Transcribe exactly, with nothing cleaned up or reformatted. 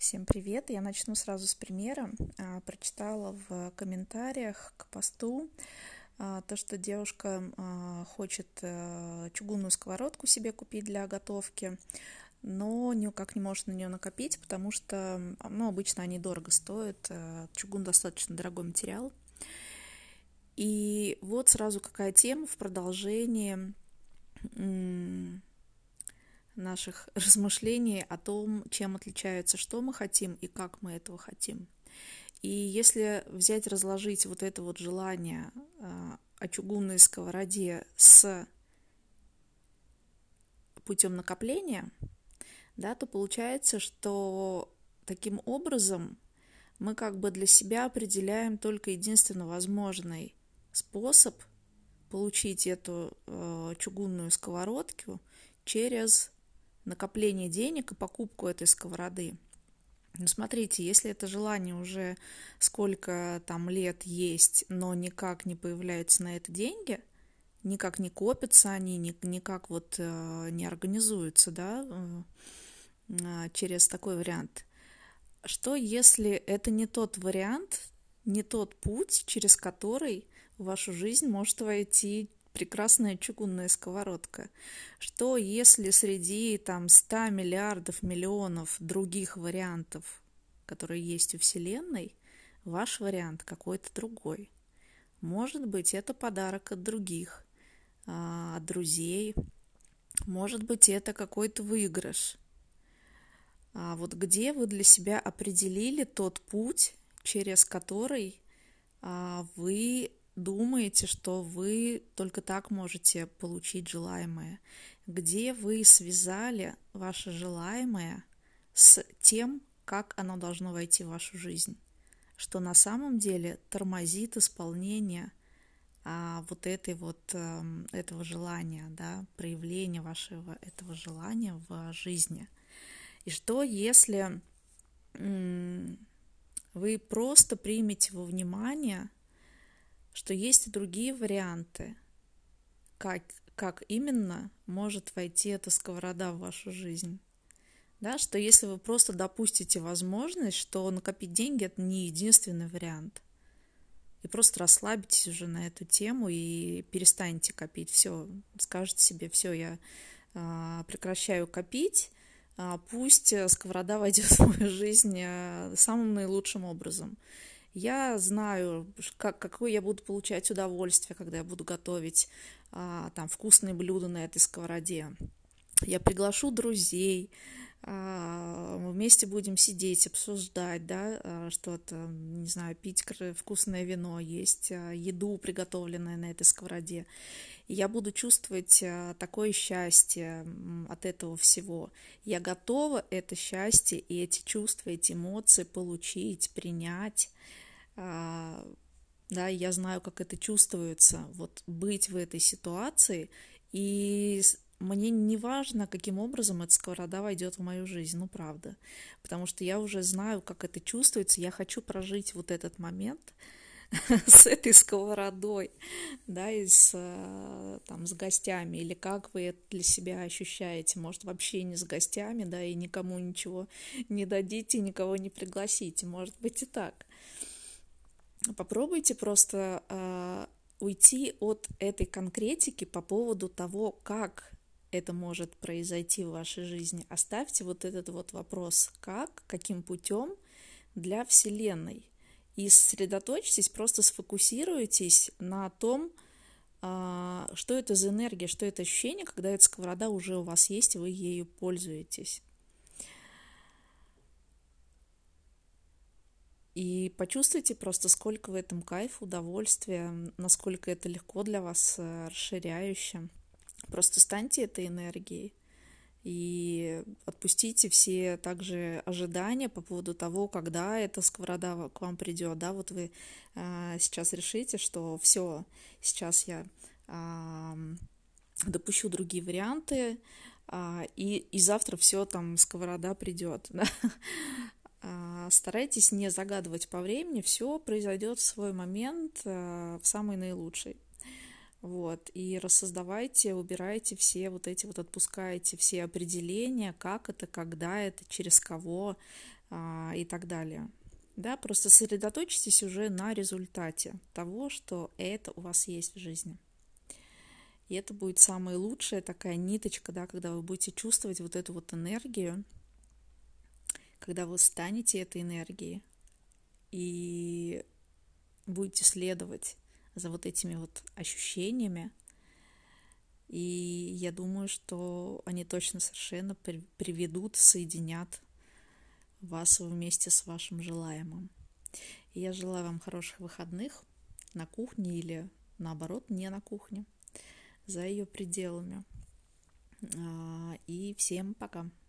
Всем привет! Я начну сразу с примера. А, Прочитала в комментариях к посту а, то, что девушка а, хочет а, чугунную сковородку себе купить для готовки, но никак не может на нее накопить, потому что, ну, обычно они дорого стоят. а, Чугун достаточно дорогой материал. И вот сразу какая тема в продолжении м, наших размышлений о том, чем отличается, что мы хотим и как мы этого хотим. И если взять, разложить вот это вот желание э, о чугунной сковороде с путем накопления, да, то получается, что таким образом мы как бы для себя определяем только единственно возможный способ получить эту э, чугунную сковородку через накопление денег и покупку этой сковороды. Ну, смотрите, если это желание уже сколько там лет есть, но никак не появляются на это деньги, никак не копятся они, никак вот э, не организуются, да, э, через такой вариант. Что если это не тот вариант, не тот путь, через который в вашу жизнь может войти прекрасная чугунная сковородка? Что если среди там ста миллиардов миллионов других вариантов, которые есть у Вселенной, ваш вариант какой-то другой? Может быть, это подарок от других, от друзей, может быть, это какой-то выигрыш. А вот где вы для себя определили тот путь, через который вы думаете, что вы только так можете получить желаемое? Где вы связали ваше желаемое с тем, как оно должно войти в вашу жизнь? Что на самом деле тормозит исполнение а, вот этой вот э, этого желания, да, проявления вашего этого желания в жизни. И что если м- вы просто примете во внимание, что есть и другие варианты, как, как именно может войти эта сковорода в вашу жизнь. Да, что если вы просто допустите возможность, что накопить деньги – это не единственный вариант, и просто расслабитесь уже на эту тему и перестанете копить. Все, скажете себе, все, я а, прекращаю копить, а, пусть сковорода войдет в мою жизнь а, самым наилучшим образом. Я знаю, как, какое я буду получать удовольствие, когда я буду готовить а, там вкусные блюда на этой сковороде. Я приглашу друзей, а, мы вместе будем сидеть, обсуждать, да, а, что-то, не знаю, пить вкусное вино, есть а, еду, приготовленную на этой сковороде. И я буду чувствовать а, такое счастье от этого всего. Я готова это счастье и эти чувства, эти эмоции получить, принять. Да, я знаю, как это чувствуется, вот быть в этой ситуации, и мне не важно, каким образом эта сковорода войдет в мою жизнь, ну правда, потому что я уже знаю, как это чувствуется, я хочу прожить вот этот момент с этой сковородой, да, и с, там, с гостями, или как вы это для себя ощущаете, может, вообще не с гостями, да, и никому ничего не дадите, никого не пригласите, может быть и так. Попробуйте просто э, уйти от этой конкретики по поводу того, как это может произойти в вашей жизни. Оставьте вот этот вот вопрос, как, каким путем для Вселенной. И сосредоточьтесь, просто сфокусируйтесь на том, э, что это за энергия, что это ощущение, когда эта сковорода уже у вас есть, и вы ею пользуетесь. И почувствуйте просто, сколько в этом кайфа, удовольствия, насколько это легко для вас, расширяюще. Просто станьте этой энергией и отпустите все также ожидания по поводу того, когда эта сковорода к вам придет. Да, вот вы а, сейчас решите, что все, сейчас я а, допущу другие варианты, а, и, и завтра все, там, сковорода придет. Да? Старайтесь не загадывать по времени, все произойдет в свой момент, в самый наилучший. Вот. И рассоздавайте, убирайте все вот эти вот, отпускайте все определения, как это, когда это, через кого, а, и так далее. Да, просто сосредоточьтесь уже на результате того, что это у вас есть в жизни. И это будет самая лучшая такая ниточка, да, когда вы будете чувствовать вот эту вот энергию, когда вы станете этой энергией и будете следовать за вот этими вот ощущениями. И я думаю, что они точно совершенно приведут, соединят вас вместе с вашим желаемым. И я желаю вам хороших выходных на кухне или, наоборот, не на кухне, за ее пределами. И всем пока!